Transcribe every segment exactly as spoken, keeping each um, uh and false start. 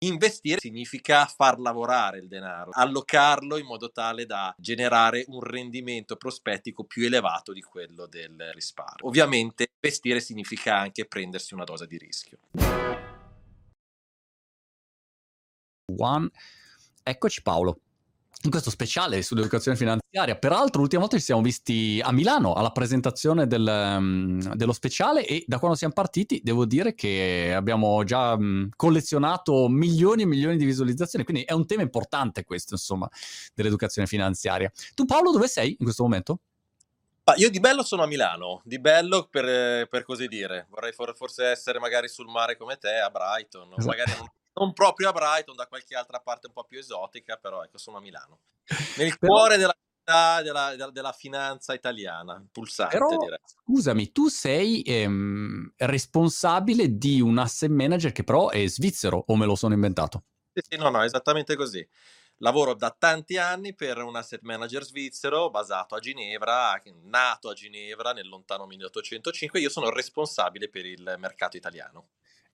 Investire significa far lavorare il denaro, allocarlo in modo tale da generare un rendimento prospettico più elevato di quello del risparmio. Ovviamente investire significa anche prendersi una dose di rischio. One. Eccoci Paolo, in questo speciale sull'educazione finanziaria. Peraltro l'ultima volta ci siamo visti a Milano alla presentazione del, um, dello speciale, e da quando siamo partiti devo dire che abbiamo già um, collezionato milioni e milioni di visualizzazioni, quindi è un tema importante questo, insomma, dell'educazione finanziaria. Tu Paolo dove sei in questo momento? Ah, io di bello sono a Milano, di bello per, per così dire. Vorrei for- forse essere magari sul mare come te, a Brighton, o magari non, non proprio a Brighton, da qualche altra parte un po' più esotica, però ecco, sono a Milano. Nel Però, cuore della città, della, della, della finanza italiana, pulsante però direi. scusami, tu sei ehm, responsabile di un asset manager che però è svizzero, o me lo sono inventato? Sì, sì, no, no, esattamente così. Lavoro da tanti anni per un asset manager svizzero basato a Ginevra, nato a Ginevra nel lontano milleottocentocinque. Io sono responsabile per il mercato italiano.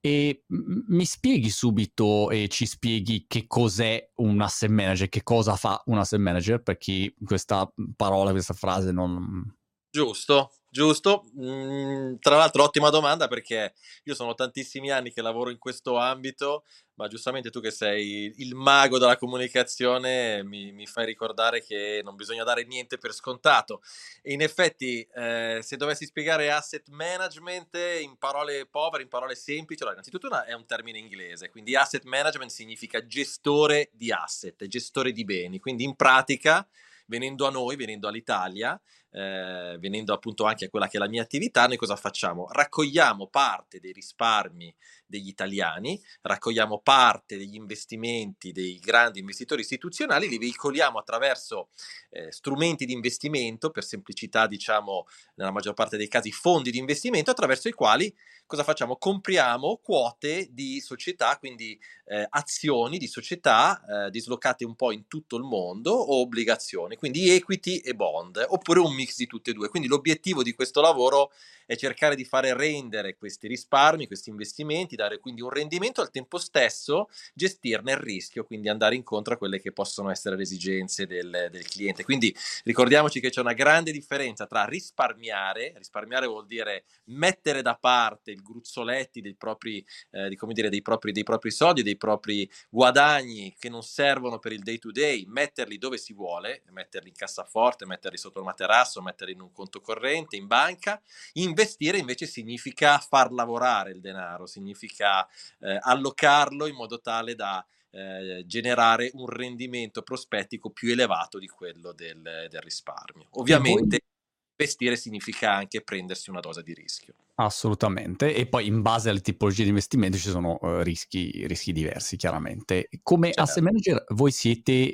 E m- mi spieghi subito e ci spieghi che cos'è un asset manager, che cosa fa un asset manager, per chi questa parola, questa frase non... Giusto, giusto. Mm, tra l'altro ottima domanda, perché io sono tantissimi anni che lavoro in questo ambito, ma giustamente tu che sei il mago della comunicazione mi, mi fai ricordare che non bisogna dare niente per scontato. E in effetti, eh, se dovessi spiegare asset management in parole povere, in parole semplici, allora innanzitutto una- è un termine inglese, quindi asset management significa gestore di asset, gestore di beni, quindi in pratica, venendo a noi, venendo all'Italia, eh, venendo appunto anche a quella che è la mia attività, noi cosa facciamo? Raccogliamo parte dei risparmi degli italiani, raccogliamo parte degli investimenti dei grandi investitori istituzionali, li veicoliamo attraverso eh, strumenti di investimento, per semplicità diciamo nella maggior parte dei casi fondi di investimento, attraverso i quali cosa facciamo? Compriamo quote di società, quindi eh, azioni di società eh, dislocate un po' in tutto il mondo, o obbligazioni, quindi equity e bond, oppure un mix di tutte e due. Quindi l'obiettivo di questo lavoro è cercare di fare rendere questi risparmi, questi investimenti, dare quindi un rendimento, al tempo stesso gestirne il rischio, quindi andare incontro a quelle che possono essere le esigenze del, del cliente. Quindi ricordiamoci che c'è una grande differenza tra risparmiare, risparmiare vuol dire mettere da parte i gruzzoletti dei propri, eh, di, come dire, dei propri, dei propri soldi, dei propri guadagni che non servono per il day to day, metterli dove si vuole, metterli in cassaforte, metterli sotto il materasso, metterli in un conto corrente, in banca. Investire invece significa far lavorare il denaro, significa eh, allocarlo in modo tale da eh, generare un rendimento prospettico più elevato di quello del, del risparmio. E voi... Ovviamente investire significa anche prendersi una dose di rischio. Assolutamente, e poi in base alle tipologie di investimento ci sono uh, rischi, rischi diversi, chiaramente. Come asset Certo. manager voi siete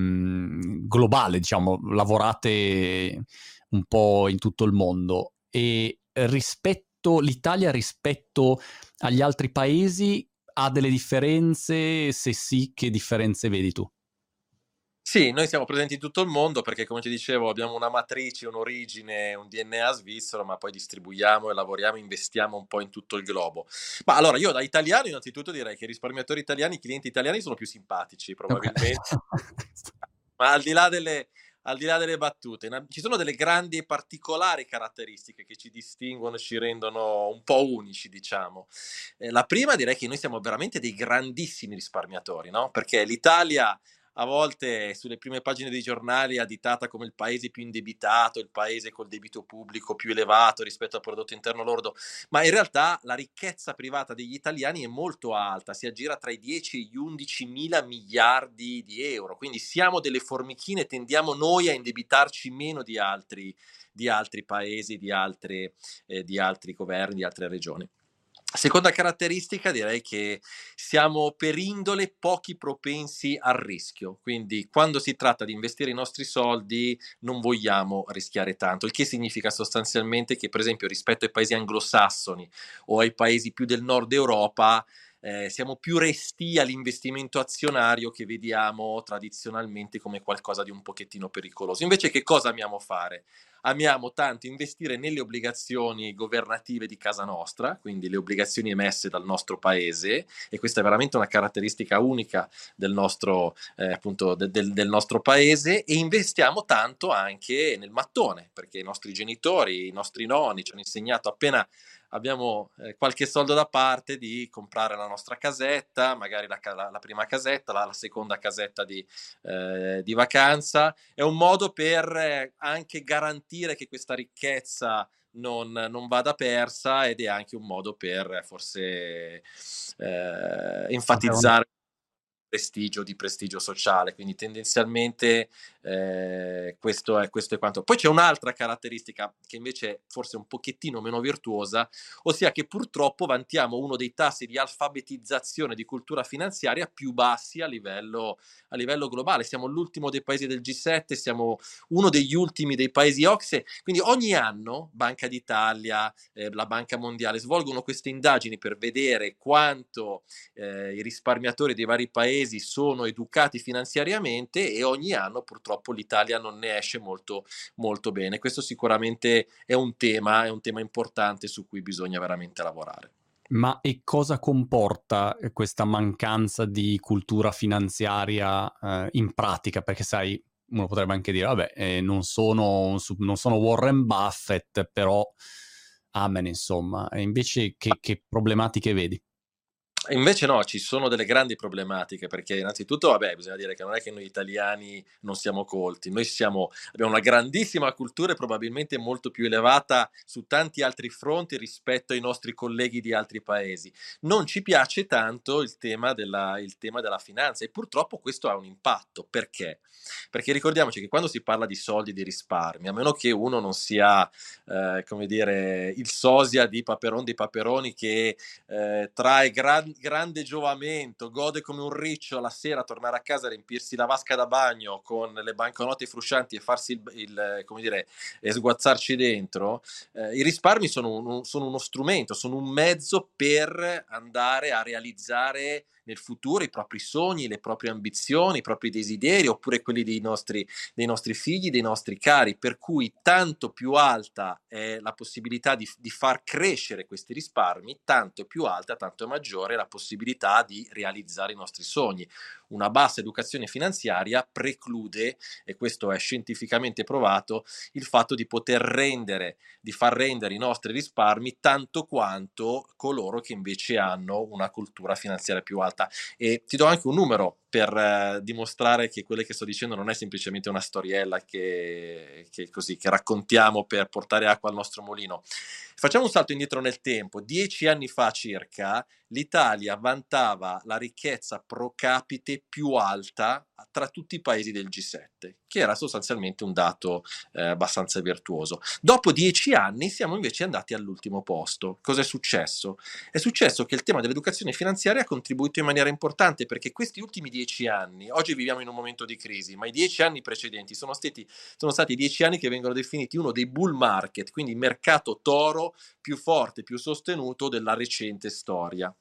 ehm, globale, diciamo, lavorate un po' in tutto il mondo, e rispetto l'Italia rispetto agli altri paesi ha delle differenze? Se sì, che differenze vedi tu? Sì, noi siamo presenti in tutto il mondo perché, come ti dicevo, abbiamo una matrice, un'origine, un D N A svizzero, ma poi distribuiamo e lavoriamo, investiamo un po' in tutto il globo. Ma allora, io da italiano innanzitutto direi che i risparmiatori italiani, i clienti italiani sono più simpatici, Ok. probabilmente. Ma al di là delle, al di là delle battute, na- ci sono delle grandi e particolari caratteristiche che ci distinguono e ci rendono un po' unici, diciamo. Eh, la prima direi che noi siamo veramente dei grandissimi risparmiatori, no? Perché l'Italia a volte sulle prime pagine dei giornali è additata come il paese più indebitato, il paese col debito pubblico più elevato rispetto al prodotto interno lordo, ma in realtà la ricchezza privata degli italiani è molto alta, si aggira tra i dieci e gli undici mila miliardi di euro, quindi siamo delle formichine, tendiamo noi a indebitarci meno di altri, di altri paesi, di, altre, eh, di altri governi, di altre regioni. Seconda caratteristica, direi che siamo per indole pochi propensi al rischio, quindi quando si tratta di investire i nostri soldi non vogliamo rischiare tanto, il che significa sostanzialmente che, per esempio, rispetto ai paesi anglosassoni o ai paesi più del nord Europa, eh, siamo più restii all'investimento azionario che vediamo tradizionalmente come qualcosa di un pochettino pericoloso. Invece che cosa amiamo fare? Amiamo tanto investire nelle obbligazioni governative di casa nostra, quindi le obbligazioni emesse dal nostro paese, e questa è veramente una caratteristica unica del nostro, eh, appunto, de- del, del nostro paese, e investiamo tanto anche nel mattone, perché i nostri genitori, i nostri nonni ci hanno insegnato appena abbiamo eh, qualche soldo da parte di comprare la nostra casetta, magari la, la, la prima casetta, la, la seconda casetta di, eh, di vacanza. È un modo per eh, anche garantire che questa ricchezza non, non vada persa, ed è anche un modo per eh, forse eh, enfatizzare prestigio di prestigio sociale, quindi tendenzialmente eh, questo, è, questo è quanto. Poi c'è un'altra caratteristica che invece è forse un pochettino meno virtuosa, ossia che purtroppo vantiamo uno dei tassi di alfabetizzazione di cultura finanziaria più bassi a livello, a livello globale. Siamo l'ultimo dei paesi del G sette, siamo uno degli ultimi dei paesi O C S E, quindi ogni anno Banca d'Italia, eh, la Banca Mondiale svolgono queste indagini per vedere quanto eh, i risparmiatori dei vari paesi sono educati finanziariamente, e ogni anno purtroppo l'Italia non ne esce molto, molto bene. Questo sicuramente è un tema, è un tema importante su cui bisogna veramente lavorare. Ma e cosa comporta eh, questa mancanza di cultura finanziaria eh, in pratica? Perché sai, uno potrebbe anche dire, vabbè, eh, non sono, non sono Warren Buffett, però amen, insomma. E invece che, che problematiche vedi? Invece no, ci sono delle grandi problematiche, perché innanzitutto, vabbè, bisogna dire che non è che noi italiani non siamo colti, noi siamo, abbiamo una grandissima cultura e probabilmente molto più elevata su tanti altri fronti rispetto ai nostri colleghi di altri paesi. Non ci piace tanto il tema della, il tema della finanza, e purtroppo questo ha un impatto. Perché? Perché ricordiamoci che quando si parla di soldi, di risparmi, a meno che uno non sia, eh, come dire, il sosia di Paperon dei Paperoni, che eh, trae gran, grande giovamento, gode come un riccio la sera a tornare a casa, a riempirsi la vasca da bagno con le banconote fruscianti e farsi il, il come dire, e sguazzarci dentro. Eh, i risparmi sono, un, sono uno strumento, sono un mezzo per andare a realizzare nel futuro i propri sogni, le proprie ambizioni, i propri desideri, oppure quelli dei nostri, dei nostri figli, dei nostri cari, per cui tanto più alta è la possibilità di, di far crescere questi risparmi, tanto più alta, tanto maggiore la possibilità di realizzare i nostri sogni. Una bassa educazione finanziaria preclude, e questo è scientificamente provato, il fatto di poter rendere, di far rendere i nostri risparmi tanto quanto coloro che invece hanno una cultura finanziaria più alta. E ti do anche un numero per eh, dimostrare che quello che sto dicendo non è semplicemente una storiella che, che, così, che raccontiamo per portare acqua al nostro mulino. Facciamo un salto indietro nel tempo. Dieci anni fa circa, l'Italia vantava la ricchezza pro capite più alta tra tutti i paesi del G sette, che era sostanzialmente un dato eh, abbastanza virtuoso. Dopo dieci anni siamo invece andati all'ultimo posto. Cosa è successo? È successo che il tema dell'educazione finanziaria ha contribuito in maniera importante, perché questi ultimi dieci anni, oggi viviamo in un momento di crisi, ma i dieci anni precedenti sono stati, sono stati dieci anni che vengono definiti uno dei bull market, quindi il mercato toro più forte, più sostenuto della recente storia.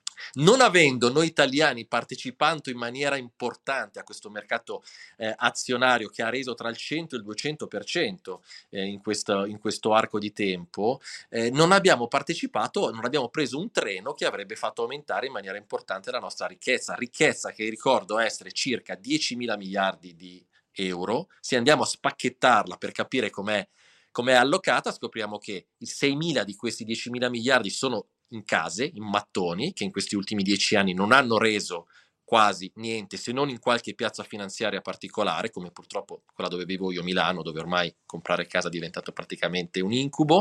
Non avendo noi italiani partecipato in maniera importante a questo mercato eh, azionario, che ha reso tra il cento e il duecento per cento eh, in, questo, in questo arco di tempo, eh, non abbiamo partecipato, non abbiamo preso un treno che avrebbe fatto aumentare in maniera importante la nostra ricchezza, ricchezza che ricordo essere circa diecimila miliardi di euro. Se andiamo a spacchettarla per capire com'è, com'è allocata, scopriamo che i seimila di questi diecimila miliardi sono in case, in mattoni, che in questi ultimi dieci anni non hanno reso quasi niente, se non in qualche piazza finanziaria particolare, come purtroppo quella dove vivo io, Milano, dove ormai comprare casa è diventato praticamente un incubo.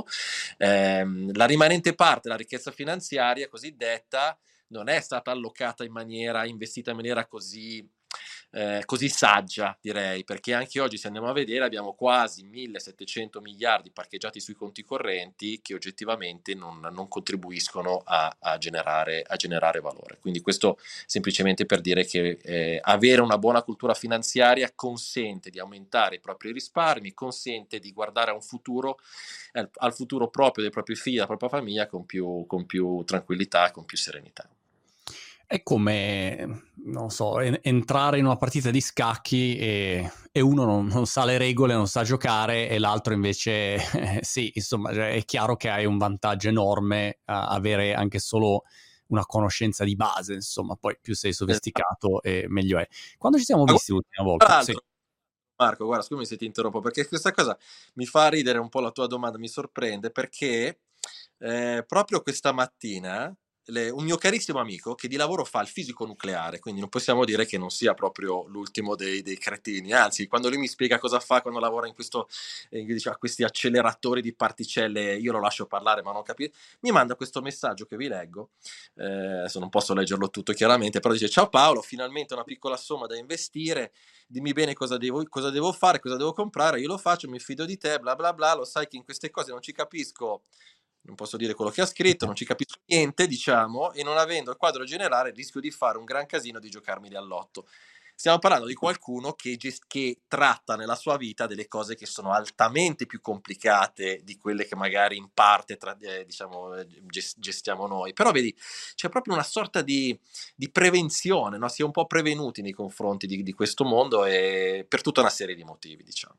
Eh, la rimanente parte, la ricchezza finanziaria cosiddetta, non è stata allocata in maniera, investita in maniera così eh, così saggia, direi, perché anche oggi, se andiamo a vedere, abbiamo quasi millesettecento miliardi parcheggiati sui conti correnti che oggettivamente non, non contribuiscono a, a, generare, a generare valore. Quindi questo semplicemente per dire che eh, avere una buona cultura finanziaria consente di aumentare i propri risparmi, consente di guardare a un futuro, eh, al futuro proprio dei propri figli, della propria famiglia con più, con più tranquillità, con più serenità. È come, non so, en- entrare in una partita di scacchi e, e uno non, non sa le regole, non sa giocare, e l'altro invece eh, sì, insomma, cioè, è chiaro che hai un vantaggio enorme a avere anche solo una conoscenza di base, insomma, poi più sei Esatto. sofisticato e meglio è. Quando ci siamo Ma visti guarda, l'ultima tra volta? Sì. l'altro, Marco, guarda, scusami se ti interrompo, perché questa cosa mi fa ridere un po' la tua domanda, mi sorprende perché eh, proprio questa mattina le- un mio carissimo amico che di lavoro fa il fisico nucleare, quindi non possiamo dire che non sia proprio l'ultimo dei, dei cretini, anzi, quando lui mi spiega cosa fa quando lavora in questo, eh, diciamo, a questi acceleratori di particelle, io lo lascio parlare, ma non capisco, mi manda questo messaggio che vi leggo. Eh, adesso non posso leggerlo tutto chiaramente, però dice: ciao Paolo, finalmente una piccola somma da investire, dimmi bene cosa devo, cosa devo fare, cosa devo comprare, io lo faccio, mi fido di te, bla bla bla, lo sai che in queste cose non ci capisco, non posso dire quello che ha scritto, non ci capisco niente, diciamo, e non avendo il quadro generale rischio di fare un gran casino di giocarmi all'otto. Stiamo parlando di qualcuno che, gest- che tratta nella sua vita delle cose che sono altamente più complicate di quelle che magari in parte tra- eh, diciamo, eh, ges- gestiamo noi. Però vedi, c'è proprio una sorta di, di prevenzione, no? Si è un po' prevenuti nei confronti di, di questo mondo e per tutta una serie di motivi, diciamo.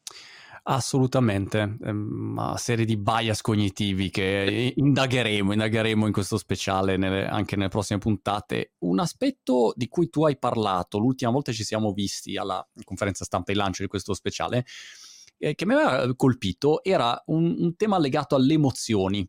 Assolutamente, è una serie di bias cognitivi che indagheremo, indagheremo in questo speciale nelle- anche nelle prossime puntate. Un aspetto di cui tu hai parlato l'ultima volta ci siamo visti alla conferenza stampa di lancio di questo speciale, eh, che mi aveva colpito, era un, un tema legato alle emozioni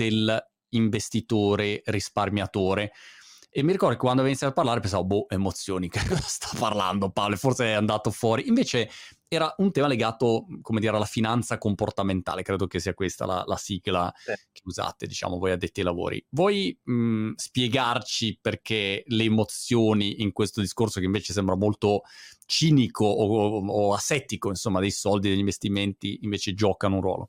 dell'investitore risparmiatore. E mi ricordo che quando avevo iniziato a parlare pensavo, boh, emozioni, che cosa sta parlando Paolo? Forse è andato fuori. Invece era un tema legato, come dire, alla finanza comportamentale, credo che sia questa la, la sigla Eh. che usate, diciamo, voi addetti ai lavori. Vuoi mh, spiegarci perché le emozioni in questo discorso, che invece sembra molto cinico o, o, o asettico, insomma, dei soldi, degli investimenti, invece giocano un ruolo?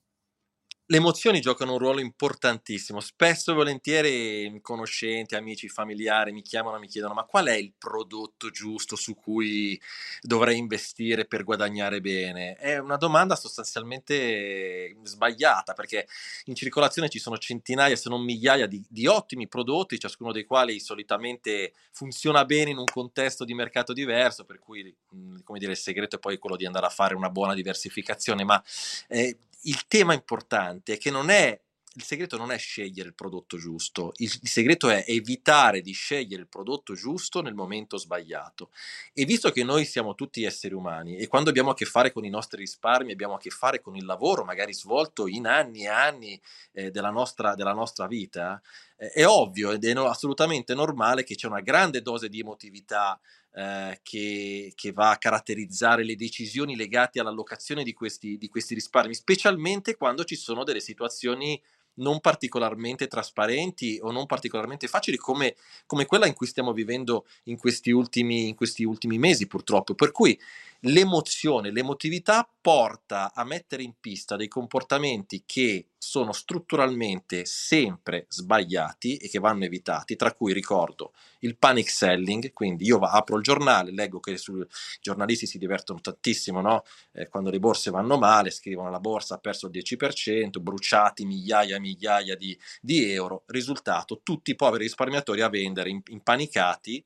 Le emozioni giocano un ruolo importantissimo. Spesso e volentieri conoscenti, amici, familiari mi chiamano e mi chiedono: ma qual è il prodotto giusto su cui dovrei investire per guadagnare bene? È una domanda sostanzialmente sbagliata, perché in circolazione ci sono centinaia, se non migliaia di, di ottimi prodotti, ciascuno dei quali solitamente funziona bene in un contesto di mercato diverso, per cui, mh, come dire, il segreto è poi quello di andare a fare una buona diversificazione, ma eh, il tema importante è che non è il segreto non è scegliere il prodotto giusto, il, il segreto è evitare di scegliere il prodotto giusto nel momento sbagliato. E visto che noi siamo tutti esseri umani e quando abbiamo a che fare con i nostri risparmi, abbiamo a che fare con il lavoro magari svolto in anni e anni eh, della, nostra, della nostra vita, eh, è ovvio ed è no, assolutamente normale che c'è una grande dose di emotività eh, che, che va a caratterizzare le decisioni legate all'allocazione di questi, di questi risparmi, specialmente quando ci sono delle situazioni non particolarmente trasparenti o non particolarmente facili come, come quella in cui stiamo vivendo in questi ultimi, in questi ultimi mesi purtroppo. Per cui l'emozione, l'emotività porta a mettere in pista dei comportamenti che sono strutturalmente sempre sbagliati e che vanno evitati, tra cui ricordo il panic selling, quindi io va, apro il giornale, leggo che sui giornalisti si divertono tantissimo, no? Eh, quando le borse vanno male, scrivono la borsa ha perso il dieci per cento, bruciati migliaia e migliaia di, di euro, risultato tutti i poveri risparmiatori a vendere impanicati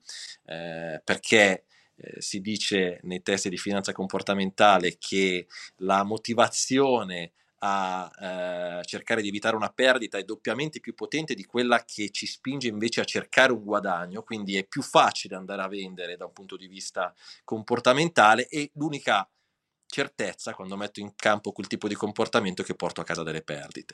eh, perché eh, si dice nei testi di finanza comportamentale che la motivazione a eh, cercare di evitare una perdita è doppiamente più potente di quella che ci spinge invece a cercare un guadagno, quindi è più facile andare a vendere da un punto di vista comportamentale e l'unica certezza quando metto in campo quel tipo di comportamento è che porto a casa delle perdite.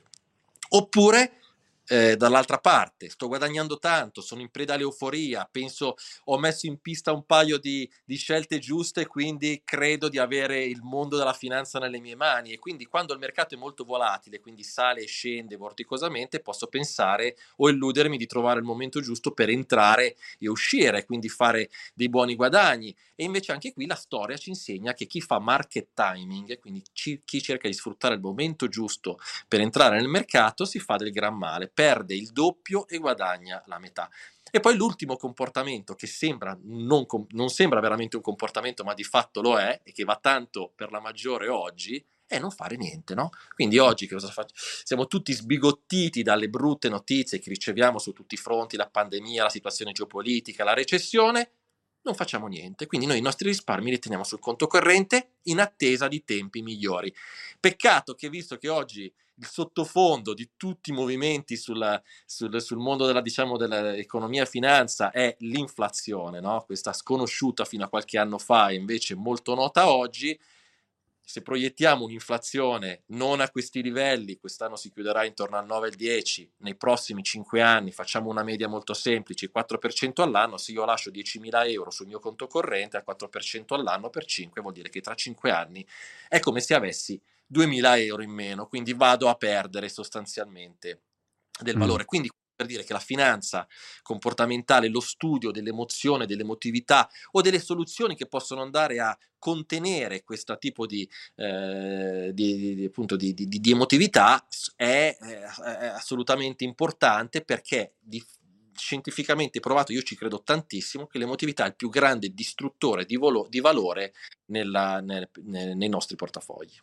Oppure eh, dall'altra parte, sto guadagnando tanto, sono in preda all'euforia, penso ho messo in pista un paio di, di scelte giuste, quindi credo di avere il mondo della finanza nelle mie mani e quindi quando il mercato è molto volatile, quindi sale e scende vorticosamente, posso pensare o illudermi di trovare il momento giusto per entrare e uscire, quindi fare dei buoni guadagni. E invece anche qui la storia ci insegna che chi fa market timing, quindi ci, chi cerca di sfruttare il momento giusto per entrare nel mercato, si fa del gran male, perde il doppio e guadagna la metà. E poi l'ultimo comportamento che sembra non, non sembra veramente un comportamento, ma di fatto lo è, e che va tanto per la maggiore oggi, è non fare niente, no? Quindi oggi che cosa faccio? Siamo tutti sbigottiti dalle brutte notizie che riceviamo su tutti i fronti, la pandemia, la situazione geopolitica, la recessione, non facciamo niente. Quindi noi i nostri risparmi li teniamo sul conto corrente in attesa di tempi migliori. Peccato che, visto che oggi il sottofondo di tutti i movimenti sulla, sul, sul mondo della, diciamo, dell'economia e finanza è l'inflazione, no? Questa sconosciuta fino a qualche anno fa e invece molto nota oggi. Se proiettiamo un'inflazione non a questi livelli, quest'anno si chiuderà intorno al nove al dieci, nei prossimi cinque anni facciamo una media molto semplice, quattro per cento all'anno, se io lascio diecimila euro sul mio conto corrente al quattro per cento all'anno per cinque vuol dire che tra cinque anni è come se avessi duemila euro in meno, quindi vado a perdere sostanzialmente del Mm. valore. Quindi per dire che la finanza comportamentale, lo studio dell'emozione, dell'emotività o delle soluzioni che possono andare a contenere questo tipo di, eh, di, di, appunto di, di, di emotività è, è assolutamente importante, perché di, scientificamente provato, io ci credo tantissimo, che l'emotività è il più grande distruttore di, volo, di valore nella, nel, nel, nei nostri portafogli.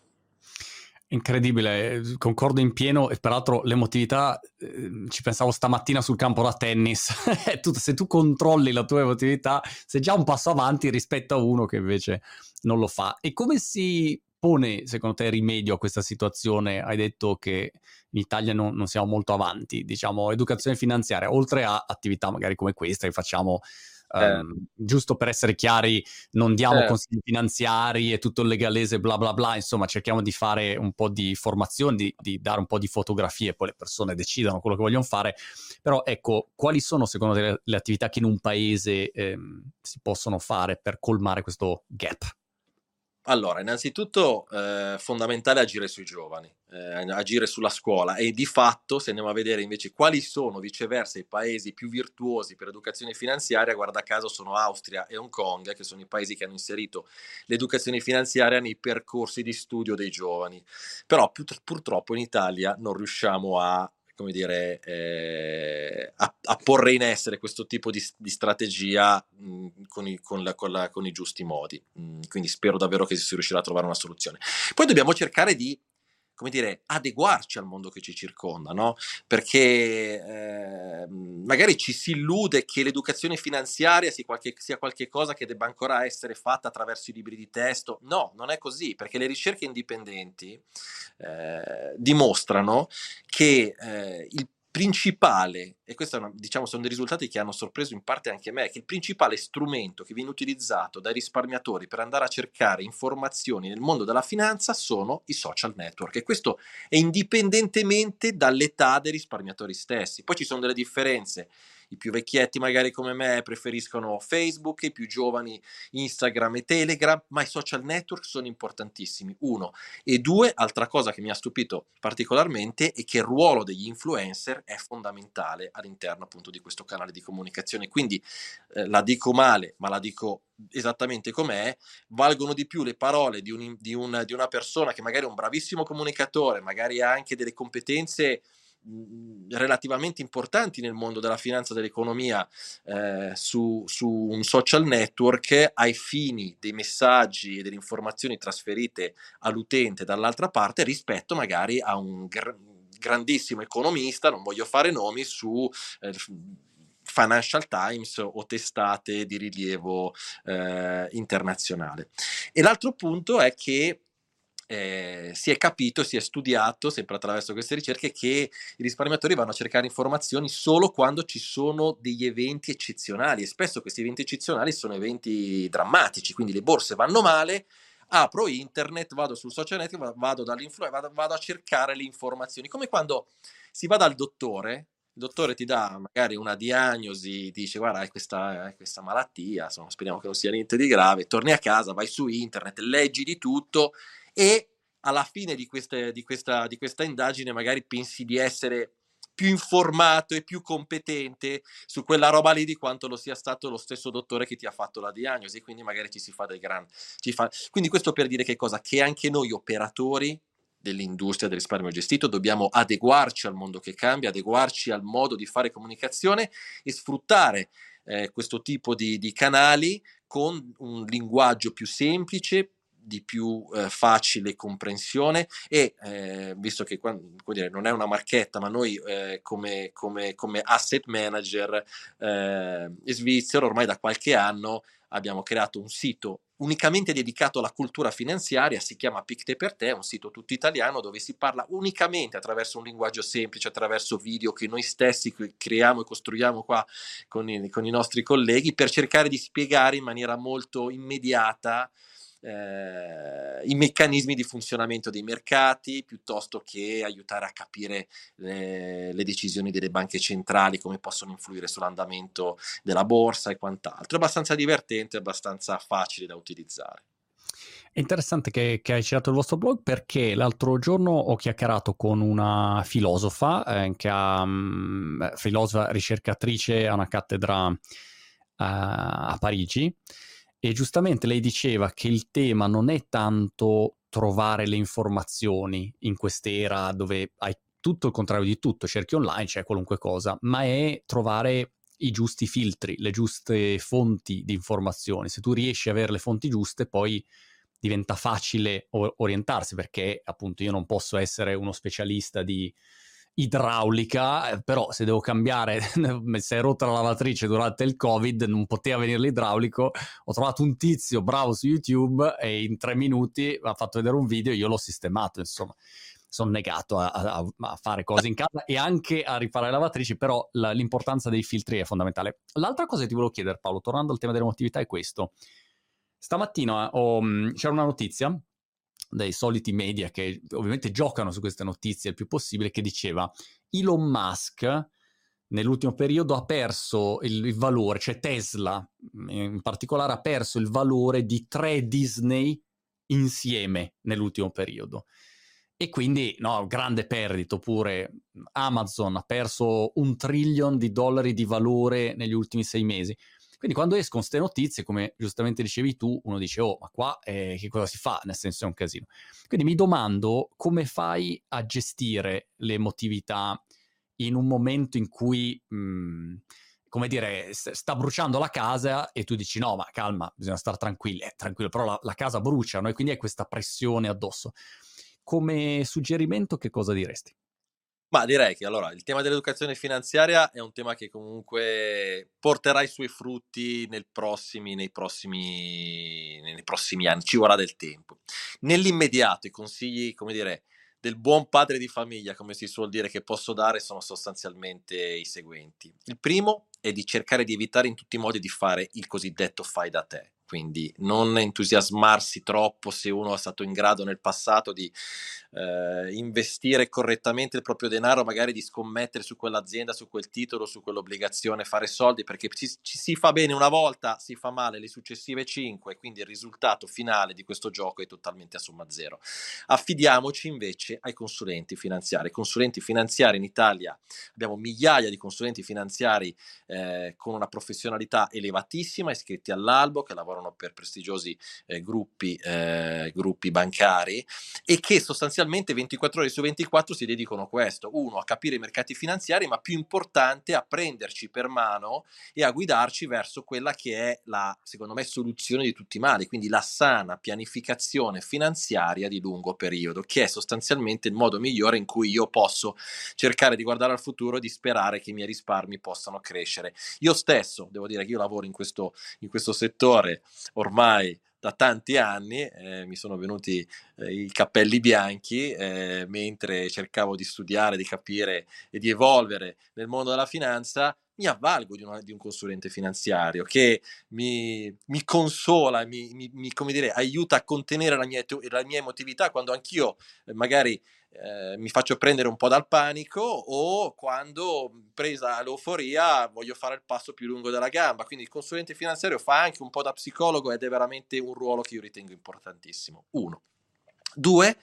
Incredibile, concordo in pieno, e peraltro l'emotività, eh, ci pensavo stamattina sul campo da tennis, tu, se tu controlli la tua emotività sei già un passo avanti rispetto a uno che invece non lo fa. E come si pone secondo te rimedio a questa situazione? Hai detto che in Italia non, non siamo molto avanti, diciamo, educazione finanziaria, oltre a attività magari come questa che facciamo. Um, giusto per essere chiari, non diamo Eh. consigli finanziari e tutto il legalese bla bla bla, insomma cerchiamo di fare un po' di formazione, di, di dare un po' di fotografie, poi le persone decidano quello che vogliono fare. Però ecco, quali sono secondo te le, le attività che in un paese ehm, si possono fare per colmare questo gap? Allora, innanzitutto è eh, fondamentale agire sui giovani, eh, agire sulla scuola, e di fatto, se andiamo a vedere invece quali sono viceversa i paesi più virtuosi per educazione finanziaria, guarda caso sono Austria e Hong Kong, che sono i paesi che hanno inserito l'educazione finanziaria nei percorsi di studio dei giovani. Però pur- purtroppo in Italia non riusciamo a come dire, eh, a, a porre in essere questo tipo di, di strategia mh, con, i, con, la, con, la, con i giusti modi. Mh, quindi spero davvero che si riuscirà a trovare una soluzione. Poi dobbiamo cercare di, come dire, adeguarci al mondo che ci circonda, no? Perché eh, magari ci si illude che l'educazione finanziaria sia qualche, sia qualche cosa che debba ancora essere fatta attraverso i libri di testo. No, non è così, perché le ricerche indipendenti eh, dimostrano che eh, il principale, e questi diciamo, sono dei risultati che hanno sorpreso in parte anche me, che il principale strumento che viene utilizzato dai risparmiatori per andare a cercare informazioni nel mondo della finanza sono i social network, e questo è indipendentemente dall'età dei risparmiatori stessi. Poi ci sono delle differenze. I più vecchietti magari come me preferiscono Facebook, i più giovani Instagram e Telegram, ma i social network sono importantissimi, uno. E due, altra cosa che mi ha stupito particolarmente è che il ruolo degli influencer è fondamentale all'interno appunto di questo canale di comunicazione. Quindi eh, la dico male, ma la dico esattamente com'è: valgono di più le parole di, un, di, un, di una persona che magari è un bravissimo comunicatore, magari ha anche delle competenze relativamente importanti nel mondo della finanza e dell'economia, eh, su, su un social network, ai fini dei messaggi e delle informazioni trasferite all'utente dall'altra parte, rispetto magari a un gr- grandissimo economista, non voglio fare nomi, su eh, Financial Times o testate di rilievo eh, internazionale. E l'altro punto è che eh, si è capito, si è studiato, sempre attraverso queste ricerche, che i risparmiatori vanno a cercare informazioni solo quando ci sono degli eventi eccezionali, e spesso questi eventi eccezionali sono eventi drammatici, quindi le borse vanno male, apro internet, vado sul social network, vado dall'influencer, vado, vado a cercare le informazioni, come quando si va dal dottore. Il dottore ti dà magari una diagnosi, ti dice guarda hai questa, hai questa malattia, insomma, speriamo che non sia niente di grave, torni a casa, vai su internet, leggi di tutto, e alla fine di, queste, di, questa, di questa indagine magari pensi di essere più informato e più competente su quella roba lì di quanto lo sia stato lo stesso dottore che ti ha fatto la diagnosi, quindi magari ci si fa del gran... Ci fa... Quindi questo per dire che cosa? Che anche noi operatori dell'industria del risparmio gestito dobbiamo adeguarci al mondo che cambia, adeguarci al modo di fare comunicazione e sfruttare eh, questo tipo di, di canali con un linguaggio più semplice, di più eh, facile comprensione e eh, visto che qua, vuol dire, non è una marchetta, ma noi eh, come, come, come asset manager eh, svizzero ormai da qualche anno abbiamo creato un sito unicamente dedicato alla cultura finanziaria, si chiama Picte per te, è un sito tutto italiano dove si parla unicamente attraverso un linguaggio semplice, attraverso video che noi stessi creiamo e costruiamo qua con i, con i nostri colleghi per cercare di spiegare in maniera molto immediata eh, i meccanismi di funzionamento dei mercati piuttosto che aiutare a capire le, le decisioni delle banche centrali, come possono influire sull'andamento della borsa e quant'altro. È abbastanza divertente, abbastanza facile da utilizzare. È interessante che, che hai citato il vostro blog perché l'altro giorno ho chiacchierato con una filosofa, eh, che ha, um, filosofa ricercatrice a una cattedra uh, a Parigi, e giustamente lei diceva che il tema non è tanto trovare le informazioni in quest'era dove hai tutto il contrario di tutto, cerchi online, c'è qualunque cosa, ma è trovare i giusti filtri, le giuste fonti di informazioni. Se tu riesci a avere le fonti giuste, poi diventa facile orientarsi, perché appunto io non posso essere uno specialista di idraulica, però se devo cambiare, se è rotta la lavatrice durante il Covid, non poteva venire l'idraulico, ho trovato un tizio bravo su YouTube e in tre minuti mi ha fatto vedere un video e io l'ho sistemato, insomma. Sono negato a, a, a fare cose in casa e anche a riparare lavatrici, però la, l'importanza dei filtri è fondamentale. L'altra cosa che ti volevo chiedere, Paolo, tornando al tema dell'emotività, è questo. Stamattina ho, c'era una notizia dai soliti media che ovviamente giocano su queste notizie il più possibile, che diceva Elon Musk nell'ultimo periodo ha perso il, il valore, cioè Tesla in particolare ha perso il valore di tre Disney insieme nell'ultimo periodo. E quindi, no, grande perdita. Oppure Amazon ha perso un trillion di dollari di valore negli ultimi sei mesi. Quindi quando escono queste notizie, come giustamente dicevi tu, uno dice, oh, ma qua eh, che cosa si fa? Nel senso è un casino. Quindi mi domando come fai a gestire l'emotività in un momento in cui, mh, come dire, sta bruciando la casa e tu dici, no, ma calma, bisogna stare tranquilli, eh, tranquillo, però la, la casa brucia, no? E quindi hai questa pressione addosso. Come suggerimento che cosa diresti? Ma direi che allora il tema dell'educazione finanziaria è un tema che comunque porterà i suoi frutti nel prossimi, nei, prossimi, nei prossimi anni, ci vorrà del tempo. Nell'immediato i consigli, come dire, del buon padre di famiglia, come si suol dire, che posso dare sono sostanzialmente i seguenti. Il primo è di cercare di evitare in tutti i modi di fare il cosiddetto fai da te. Quindi non entusiasmarsi troppo se uno è stato in grado nel passato di eh, investire correttamente il proprio denaro, magari di scommettere su quell'azienda, su quel titolo, su quell'obbligazione, fare soldi, perché ci, ci si fa bene una volta, si fa male le successive cinque, quindi il risultato finale di questo gioco è totalmente a somma zero. Affidiamoci invece ai consulenti finanziari. Consulenti finanziari in Italia, abbiamo migliaia di consulenti finanziari eh, con una professionalità elevatissima, iscritti all'albo, che lavorano per prestigiosi eh, gruppi, eh, gruppi bancari e che sostanzialmente ventiquattro ore su ventiquattro si dedicano a questo. Uno, a capire i mercati finanziari, ma più importante a prenderci per mano e a guidarci verso quella che è la, secondo me, soluzione di tutti i mali, quindi la sana pianificazione finanziaria di lungo periodo, che è sostanzialmente il modo migliore in cui io posso cercare di guardare al futuro e di sperare che i miei risparmi possano crescere. Io stesso, devo dire che io lavoro in questo, in questo settore ormai da tanti anni, eh, mi sono venuti eh, i capelli bianchi eh, mentre cercavo di studiare, di capire e di evolvere nel mondo della finanza. Mi avvalgo di, una, di un consulente finanziario che mi, mi consola, mi, mi, mi, come dire, aiuta a contenere la mia, la mia emotività quando anch'io eh, magari eh, mi faccio prendere un po' dal panico o quando, presa l'euforia, voglio fare il passo più lungo della gamba. Quindi il consulente finanziario fa anche un po' da psicologo ed è veramente un ruolo che io ritengo importantissimo. Uno. Due,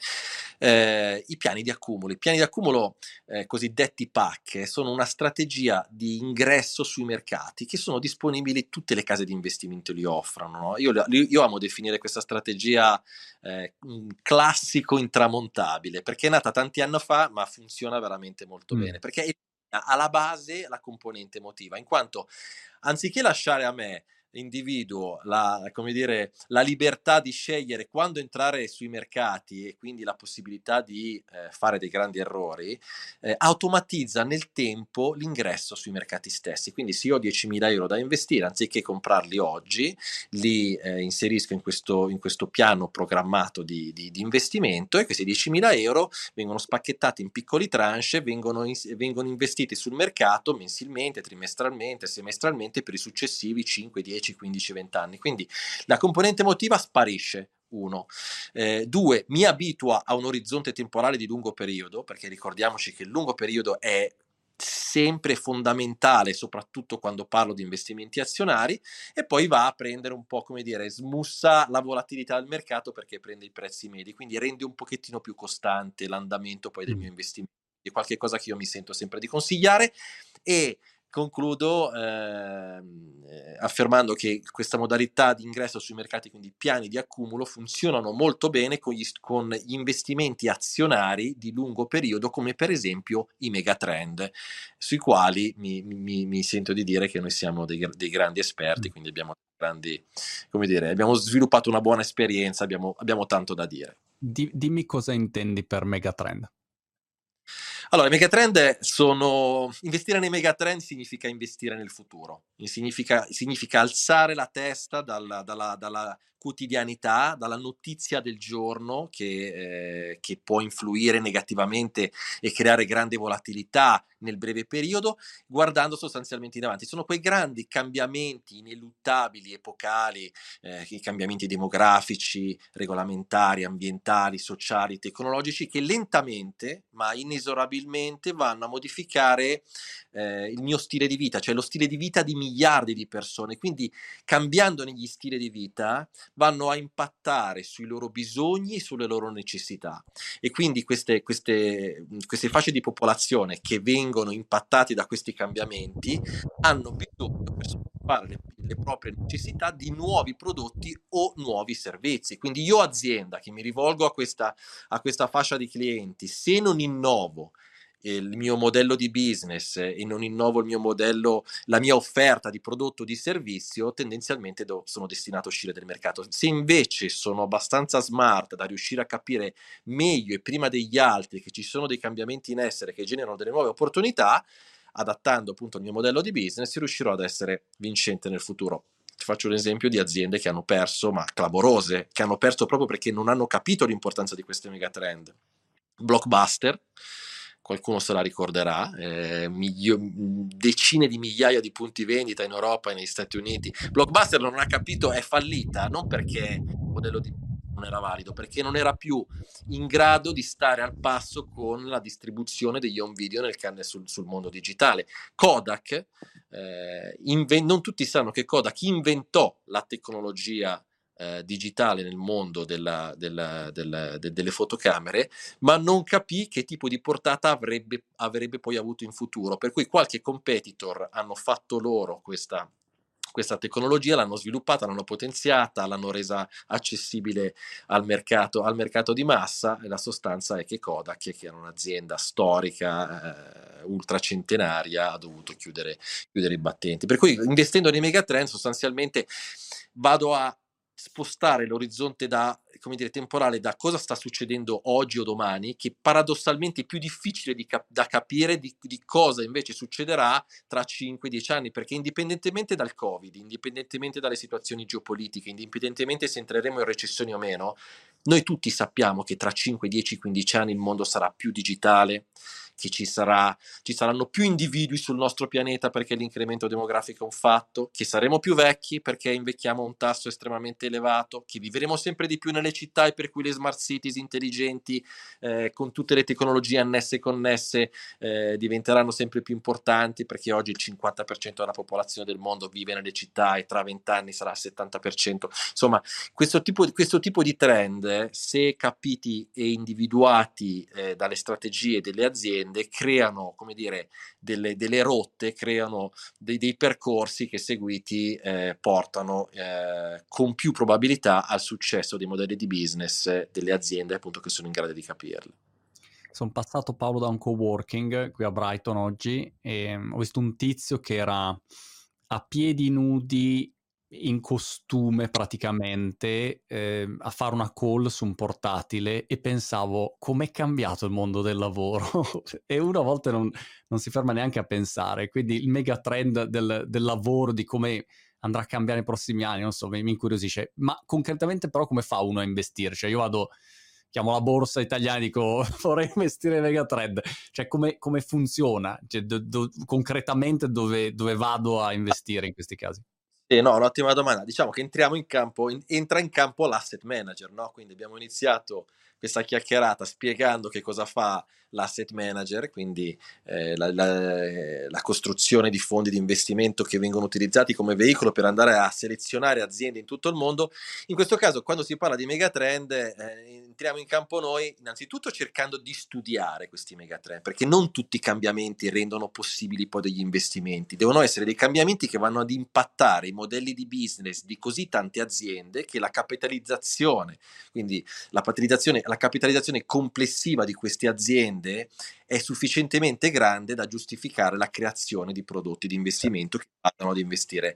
eh, i piani di accumulo. I piani di accumulo, eh, cosiddetti P A C, sono una strategia di ingresso sui mercati che sono disponibili, tutte le case di investimento li offrono. No? Io, io amo definire questa strategia eh, classico intramontabile, perché è nata tanti anni fa, ma funziona veramente molto Mm. bene, perché ha alla base la componente emotiva, in quanto anziché lasciare a me individuo la, come dire, la libertà di scegliere quando entrare sui mercati e quindi la possibilità di eh, fare dei grandi errori, eh, automatizza nel tempo l'ingresso sui mercati stessi. Quindi se io ho diecimila euro da investire, anziché comprarli oggi, li eh, inserisco in questo, in questo piano programmato di, di, di investimento, e questi diecimila euro vengono spacchettati in piccoli tranche, vengono, in, vengono investiti sul mercato mensilmente, trimestralmente, semestralmente per i successivi cinque, dieci, quindici, venti anni. Quindi la componente emotiva sparisce. Uno. Eh, due, mi abitua a un orizzonte temporale di lungo periodo, perché ricordiamoci che il lungo periodo è sempre fondamentale, soprattutto quando parlo di investimenti azionari, e poi va a prendere un po', come dire, smussa la volatilità del mercato perché prende i prezzi medi, quindi rende un pochettino più costante l'andamento poi del Mm. mio investimento. È qualche cosa che io mi sento sempre di consigliare. E concludo ehm, eh, affermando che questa modalità di ingresso sui mercati, quindi piani di accumulo, funzionano molto bene con gli, con gli investimenti azionari di lungo periodo, come per esempio i megatrend, sui quali mi, mi, mi sento di dire che noi siamo dei, dei grandi esperti, quindi abbiamo grandi, come dire, abbiamo sviluppato una buona esperienza, abbiamo, abbiamo tanto da dire. Di- dimmi cosa intendi per megatrend. Allora, i megatrend sono... Investire nei megatrend significa investire nel futuro, significa, significa alzare la testa dalla, dalla, dalla quotidianità, dalla notizia del giorno che, eh, che può influire negativamente e creare grande volatilità nel breve periodo, guardando sostanzialmente in avanti. Sono quei grandi cambiamenti ineluttabili, epocali, eh, i cambiamenti demografici, regolamentari, ambientali, sociali, tecnologici, che lentamente ma inesorabilmente vanno a modificare eh, il mio stile di vita, cioè lo stile di vita di miliardi di persone. Quindi, cambiandone gli stili di vita, vanno a impattare sui loro bisogni e sulle loro necessità. E quindi queste, queste, queste fasce di popolazione che vengono impattati da questi cambiamenti hanno bisogno, per soddisfare le, le proprie necessità, di nuovi prodotti o nuovi servizi. Quindi io, azienda che mi rivolgo a questa, a questa fascia di clienti, se non innovo il mio modello di business e non innovo il mio modello, la mia offerta di prodotto o di servizio, tendenzialmente do, sono destinato a uscire dal mercato. Se invece sono abbastanza smart da riuscire a capire meglio e prima degli altri che ci sono dei cambiamenti in essere che generano delle nuove opportunità, adattando appunto il mio modello di business, riuscirò ad essere vincente nel futuro. Ti faccio l'esempio di aziende che hanno perso, ma clamorose, che hanno perso proprio perché non hanno capito l'importanza di queste megatrend. Blockbuster, qualcuno se la ricorderà, eh, miglio, decine di migliaia di punti vendita in Europa e negli Stati Uniti. Blockbuster non ha capito, è fallita, non perché il modello di non era valido, perché non era più in grado di stare al passo con la distribuzione degli home video nel, sul, sul mondo digitale. Kodak, eh, inven- non tutti sanno che Kodak inventò la tecnologia eh, digitale nel mondo della, della, della, de, delle fotocamere, ma non capì che tipo di portata avrebbe, avrebbe poi avuto in futuro. Per cui qualche competitor hanno fatto loro questa questa tecnologia, l'hanno sviluppata, l'hanno potenziata, l'hanno resa accessibile al mercato, al mercato di massa, e la sostanza è che Kodak, che era un'azienda storica, eh, ultracentenaria, ha dovuto chiudere, chiudere i battenti. Per cui, investendo nei megatrend, sostanzialmente vado a spostare l'orizzonte da, come dire, temporale, da cosa sta succedendo oggi o domani, che paradossalmente è più difficile di cap- da capire di, di cosa invece succederà tra cinque dieci anni, perché indipendentemente dal Covid, indipendentemente dalle situazioni geopolitiche, indipendentemente se entreremo in recessione o meno, noi tutti sappiamo che tra cinque dieci quindici anni il mondo sarà più digitale, che ci sarà, ci saranno più individui sul nostro pianeta perché l'incremento demografico è un fatto, che saremo più vecchi perché invecchiamo a un tasso estremamente elevato, che vivremo sempre di più nelle città e per cui le smart cities intelligenti, eh, con tutte le tecnologie annesse e connesse, eh, diventeranno sempre più importanti, perché oggi il cinquanta per cento della popolazione del mondo vive nelle città e tra vent'anni sarà il settanta per cento. Insomma, questo tipo, questo tipo di trend, eh, se capiti e individuati eh, dalle strategie delle aziende, creano, come dire, delle, delle rotte, creano dei, dei percorsi che seguiti eh, portano eh, con più probabilità al successo dei modelli di business delle aziende, appunto, che sono in grado di capirle. Sono passato, Paolo, da un coworking qui a Brighton oggi e ho visto un tizio che era a piedi nudi in costume praticamente eh, a fare una call su un portatile e pensavo com'è cambiato il mondo del lavoro e uno a volte non, non si ferma neanche a pensare, quindi il mega trend del, del lavoro, di come andrà a cambiare nei prossimi anni, non so, mi, mi incuriosisce, ma concretamente però come fa uno a investire? Cioè io vado, chiamo la borsa italiana e dico vorrei investire in Megatrend, cioè come, come funziona? Cioè, do, do, concretamente dove, dove vado a investire in questi casi? Sì, no, un'ottima domanda. Diciamo che entriamo in campo, in- entra in campo l'asset manager, no? Quindi abbiamo iniziato questa chiacchierata spiegando che cosa fa l'asset manager, quindi eh, la, la- la costruzione di fondi di investimento che vengono utilizzati come veicolo per andare a selezionare aziende in tutto il mondo. In questo caso, quando si parla di megatrend, eh, entriamo in campo noi innanzitutto cercando di studiare questi megatrend, perché non tutti i cambiamenti rendono possibili poi degli investimenti. Devono essere dei cambiamenti che vanno ad impattare i modelli di business di così tante aziende che la capitalizzazione, quindi la capitalizzazione, la capitalizzazione complessiva di queste aziende è sufficientemente grande da giustificare la creazione di prodotti di investimento che vadano ad investire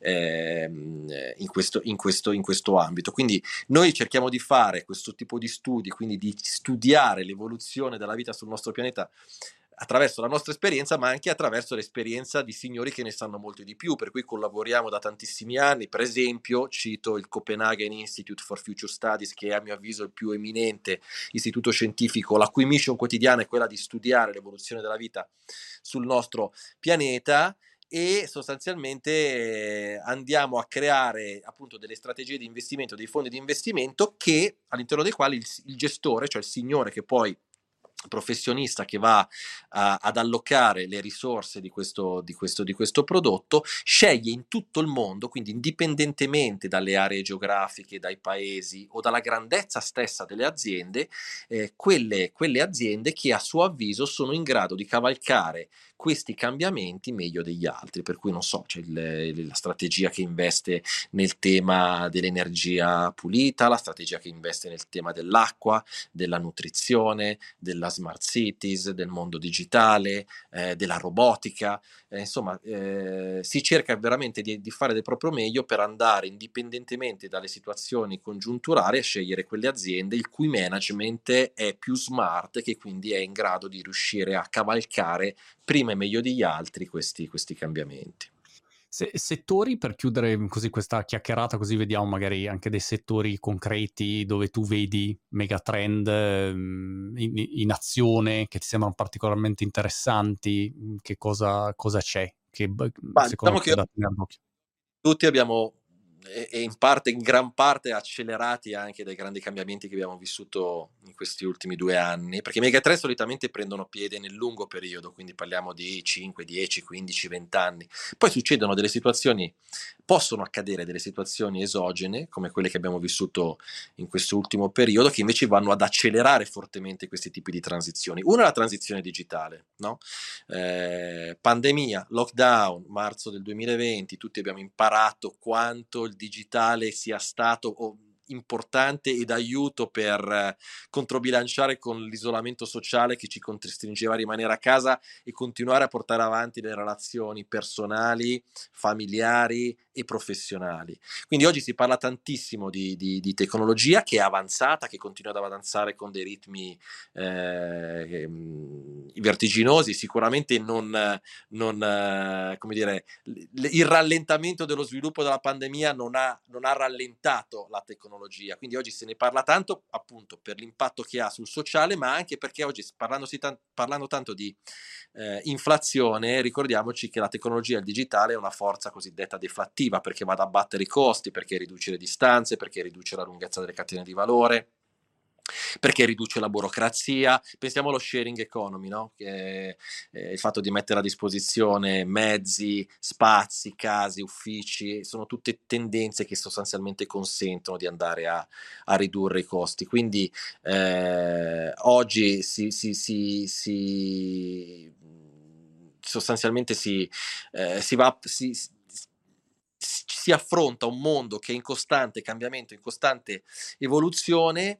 ehm, in, questo, in, questo, in questo ambito. Quindi noi cerchiamo di fare questo tipo di studi, quindi di studiare l'evoluzione della vita sul nostro pianeta attraverso la nostra esperienza, ma anche attraverso l'esperienza di signori che ne sanno molto di più, per cui collaboriamo da tantissimi anni. Per esempio, cito il Copenhagen Institute for Future Studies, che è a mio avviso il più eminente istituto scientifico, la cui mission quotidiana è quella di studiare l'evoluzione della vita sul nostro pianeta, e sostanzialmente eh, andiamo a creare appunto delle strategie di investimento, dei fondi di investimento che all'interno dei quali il, il gestore, cioè il signore che poi professionista che va a, ad allocare le risorse di questo, di, questo, di questo prodotto, sceglie in tutto il mondo, quindi indipendentemente dalle aree geografiche, dai paesi o dalla grandezza stessa delle aziende, eh, quelle, quelle aziende che a suo avviso sono in grado di cavalcare questi cambiamenti meglio degli altri. Per cui non so, c'è il, la strategia che investe nel tema dell'energia pulita, la strategia che investe nel tema dell'acqua, della nutrizione, della smart cities, del mondo digitale, eh, della robotica. Eh, insomma, eh, si cerca veramente di, di fare del proprio meglio per andare, indipendentemente dalle situazioni congiunturali, a scegliere quelle aziende il cui management è più smart e che quindi è in grado di riuscire a cavalcare prima e meglio degli altri questi, questi cambiamenti. Se, settori, per chiudere così questa chiacchierata, così vediamo magari anche dei settori concreti dove tu vedi megatrend ehm, in, in azione che ti sembrano particolarmente interessanti, che cosa, cosa c'è che Ma secondo diciamo te è che da tenere d'occhio? tutti abbiamo, e, e in parte, in gran parte, accelerati anche dai grandi cambiamenti che abbiamo vissuto in questi ultimi due anni, perché i mega tre solitamente prendono piede nel lungo periodo, quindi parliamo di cinque, dieci, quindici, venti anni. Poi succedono delle situazioni, possono accadere delle situazioni esogene, come quelle che abbiamo vissuto in questo ultimo periodo, che invece vanno ad accelerare fortemente questi tipi di transizioni. Una è la transizione digitale, no? Eh, pandemia, lockdown, marzo del duemilaventi, tutti abbiamo imparato quanto il digitale sia stato oh, importante ed aiuto per eh, controbilanciare con l'isolamento sociale che ci costringeva a rimanere a casa e continuare a portare avanti le relazioni personali, familiari e professionali. Quindi oggi si parla tantissimo di, di, di tecnologia che è avanzata, che continua ad avanzare con dei ritmi eh, vertiginosi. Sicuramente non, non eh, come dire, il rallentamento dello sviluppo della pandemia non ha, non ha rallentato la tecnologia, quindi oggi se ne parla tanto appunto per l'impatto che ha sul sociale, ma anche perché oggi t- parlando tanto di eh, inflazione, ricordiamoci che la tecnologia e il digitale è una forza cosiddetta deflattiva, perché va ad abbattere i costi, perché riduce le distanze, perché riduce la lunghezza delle catene di valore, perché riduce la burocrazia. Pensiamo allo sharing economy, no? Che è il fatto di mettere a disposizione mezzi, spazi, case, uffici, sono tutte tendenze che sostanzialmente consentono di andare a, a ridurre i costi. Quindi eh, oggi si, si, si, si sostanzialmente si, eh, si va si, si affronta un mondo che è in costante cambiamento, in costante evoluzione,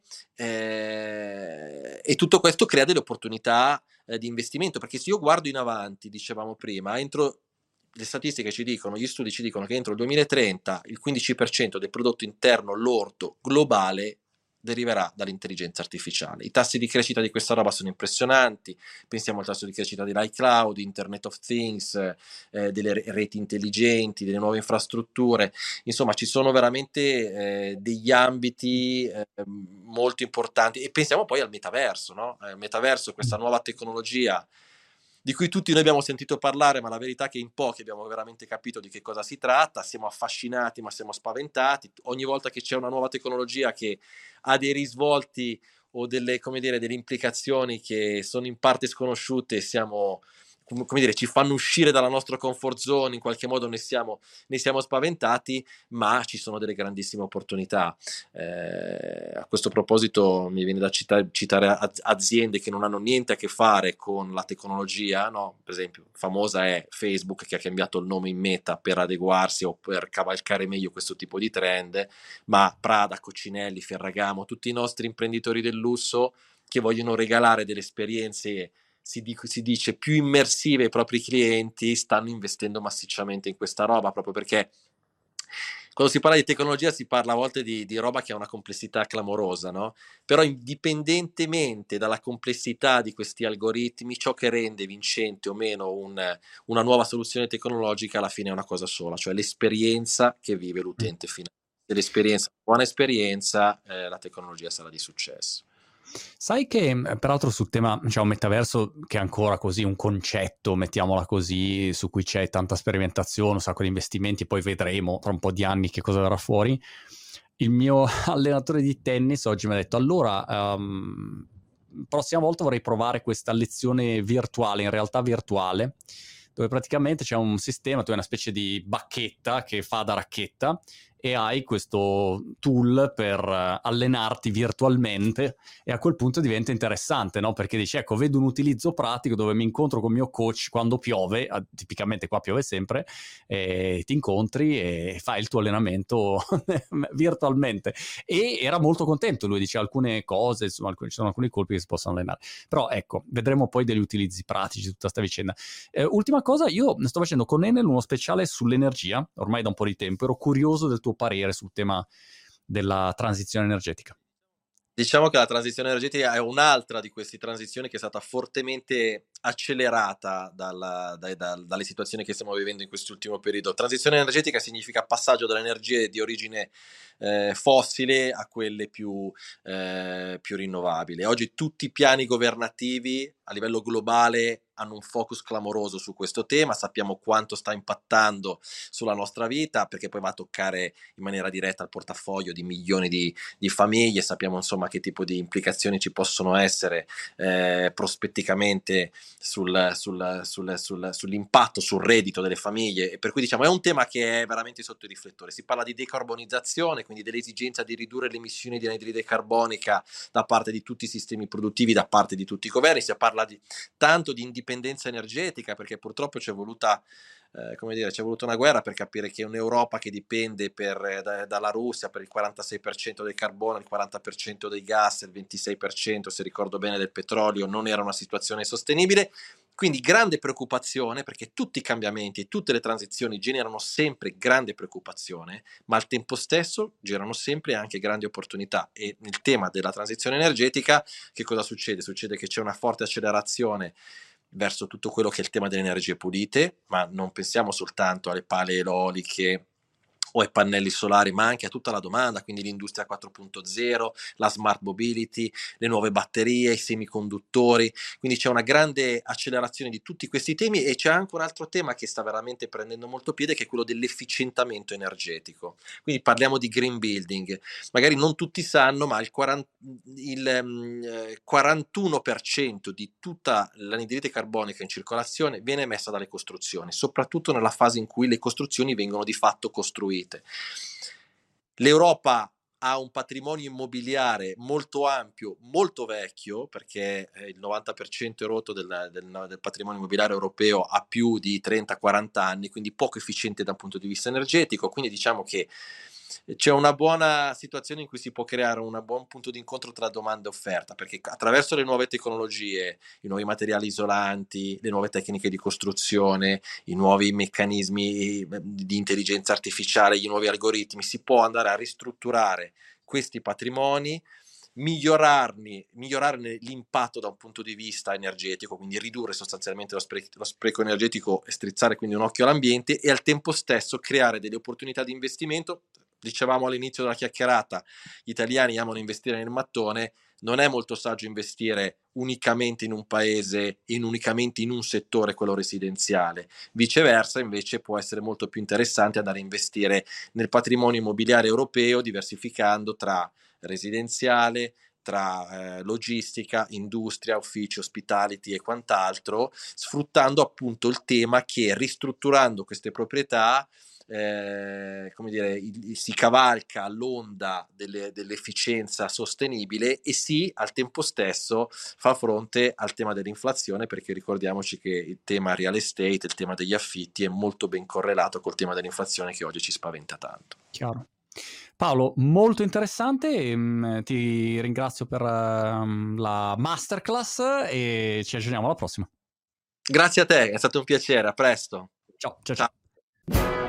eh, e tutto questo crea delle opportunità eh, di investimento, perché se io guardo in avanti, dicevamo prima, entro le statistiche ci dicono, gli studi ci dicono che entro il duemilatrenta il quindici per cento del prodotto interno lordo globale deriverà dall'intelligenza artificiale. I tassi di crescita di questa roba sono impressionanti, pensiamo al tasso di crescita dell'iCloud, Internet of Things, eh, delle reti intelligenti, delle nuove infrastrutture, insomma ci sono veramente eh, degli ambiti eh, molto importanti, e pensiamo poi al metaverso, no? Il metaverso, questa nuova tecnologia di cui tutti noi abbiamo sentito parlare, ma la verità è che in pochi abbiamo veramente capito di che cosa si tratta, siamo affascinati ma siamo spaventati, ogni volta che c'è una nuova tecnologia che ha dei risvolti o delle, come dire, delle implicazioni che sono in parte sconosciute, siamo, come dire, ci fanno uscire dalla nostra comfort zone, in qualche modo ne siamo, ne siamo spaventati, ma ci sono delle grandissime opportunità. Eh, a questo proposito mi viene da citare, citare aziende che non hanno niente a che fare con la tecnologia, no? Per esempio, famosa è Facebook, che ha cambiato il nome in Meta per adeguarsi o per cavalcare meglio questo tipo di trend, ma Prada, Coccinelli, Ferragamo, tutti i nostri imprenditori del lusso che vogliono regalare delle esperienze, si, dic- si dice, più immersive ai propri clienti, stanno investendo massicciamente in questa roba, proprio perché quando si parla di tecnologia si parla a volte di, di roba che ha una complessità clamorosa, no? Però indipendentemente dalla complessità di questi algoritmi, ciò che rende vincente o meno un, una nuova soluzione tecnologica alla fine è una cosa sola, cioè l'esperienza che vive l'utente finale. Se l'esperienza è una buona esperienza, eh, la tecnologia sarà di successo. Sai che, peraltro, sul tema, diciamo, metaverso, che è ancora così un concetto, mettiamola così, su cui c'è tanta sperimentazione, un sacco di investimenti, e poi vedremo tra un po' di anni che cosa verrà fuori. Il mio allenatore di tennis oggi mi ha detto: allora, um, prossima volta vorrei provare questa lezione virtuale, in realtà virtuale, dove praticamente c'è un sistema, tu hai una specie di bacchetta che fa da racchetta, e hai questo tool per allenarti virtualmente, e a quel punto diventa interessante, no? Perché dici, ecco, vedo un utilizzo pratico dove mi incontro con il mio coach quando piove, tipicamente qua piove sempre, e ti incontri e fai il tuo allenamento virtualmente. E era molto contento, lui dice alcune cose, insomma, ci sono alcuni colpi che si possono allenare. Però ecco, vedremo poi degli utilizzi pratici di tutta questa vicenda. Eh, ultima cosa, io sto facendo con Enel uno speciale sull'energia, ormai da un po' di tempo, ero curioso del tuo parere sul tema della transizione energetica. Diciamo che la transizione energetica è un'altra di queste transizioni che è stata fortemente accelerata dalla, dai, dal, dalle situazioni che stiamo vivendo in quest'ultimo periodo. Transizione energetica significa passaggio dalle energie di origine eh, fossile a quelle più, eh, più rinnovabili. Oggi tutti i piani governativi a livello globale hanno un focus clamoroso su questo tema, sappiamo quanto sta impattando sulla nostra vita, perché poi va a toccare in maniera diretta il portafoglio di milioni di, di famiglie, sappiamo insomma che tipo di implicazioni ci possono essere eh, prospetticamente sul, sul, sul, sul, sull'impatto sul reddito delle famiglie, e per cui diciamo è un tema che è veramente sotto i riflettori. Si parla di decarbonizzazione, quindi dell'esigenza di ridurre le emissioni di anidride carbonica da parte di tutti i sistemi produttivi, da parte di tutti i governi. Si parla di, tanto di indipendenza energetica, perché purtroppo c'è voluta Eh, come dire, c'è voluta una guerra per capire che un'Europa che dipende per, da, dalla Russia per il quarantasei per cento del carbone, il quaranta per cento dei gas, il ventisei per cento, se ricordo bene, del petrolio, non era una situazione sostenibile. Quindi grande preoccupazione, perché tutti i cambiamenti e tutte le transizioni generano sempre grande preoccupazione, ma al tempo stesso generano sempre anche grandi opportunità. E nel tema della transizione energetica che cosa succede? Succede che c'è una forte accelerazione verso tutto quello che è il tema delle energie pulite, ma non pensiamo soltanto alle pale eoliche o ai pannelli solari, ma anche a tutta la domanda, quindi l'industria quattro punto zero, la smart mobility, le nuove batterie, i semiconduttori, quindi c'è una grande accelerazione di tutti questi temi, e c'è anche un altro tema che sta veramente prendendo molto piede, che è quello dell'efficientamento energetico. Quindi parliamo di green building. Magari non tutti sanno, ma il, quaranta, il um, quarantuno per cento di tutta l'anidride carbonica in circolazione viene emessa dalle costruzioni, soprattutto nella fase in cui le costruzioni vengono di fatto costruite. L'Europa ha un patrimonio immobiliare molto ampio, molto vecchio, perché il novanta per cento rotto del, del, del patrimonio immobiliare europeo ha più di trenta quaranta anni, quindi poco efficiente da un punto di vista energetico. Quindi diciamo che c'è una buona situazione in cui si può creare un buon punto di incontro tra domanda e offerta, perché attraverso le nuove tecnologie, i nuovi materiali isolanti, le nuove tecniche di costruzione, i nuovi meccanismi di intelligenza artificiale, i nuovi algoritmi, si può andare a ristrutturare questi patrimoni, migliorarne, migliorarne l'impatto da un punto di vista energetico, quindi ridurre sostanzialmente lo, spre- lo spreco energetico e strizzare quindi un occhio all'ambiente, e al tempo stesso creare delle opportunità di investimento. Dicevamo all'inizio della chiacchierata, gli italiani amano investire nel mattone. Non è molto saggio investire unicamente in un paese, in unicamente in un settore, quello residenziale. Viceversa, invece, può essere molto più interessante andare a investire nel patrimonio immobiliare europeo, diversificando tra residenziale, tra eh, logistica, industria, uffici, hospitality e quant'altro, sfruttando appunto il tema che, ristrutturando queste proprietà, eh, come dire, il, si cavalca l'onda delle, dell'efficienza sostenibile e si al tempo stesso fa fronte al tema dell'inflazione, perché ricordiamoci che il tema real estate, il tema degli affitti è molto ben correlato col tema dell'inflazione che oggi ci spaventa tanto. Chiaro. Paolo, molto interessante, e, ti ringrazio per um, la masterclass e ci aggiorniamo alla prossima. Grazie a te, è stato un piacere, a presto. Ciao, ciao, ciao.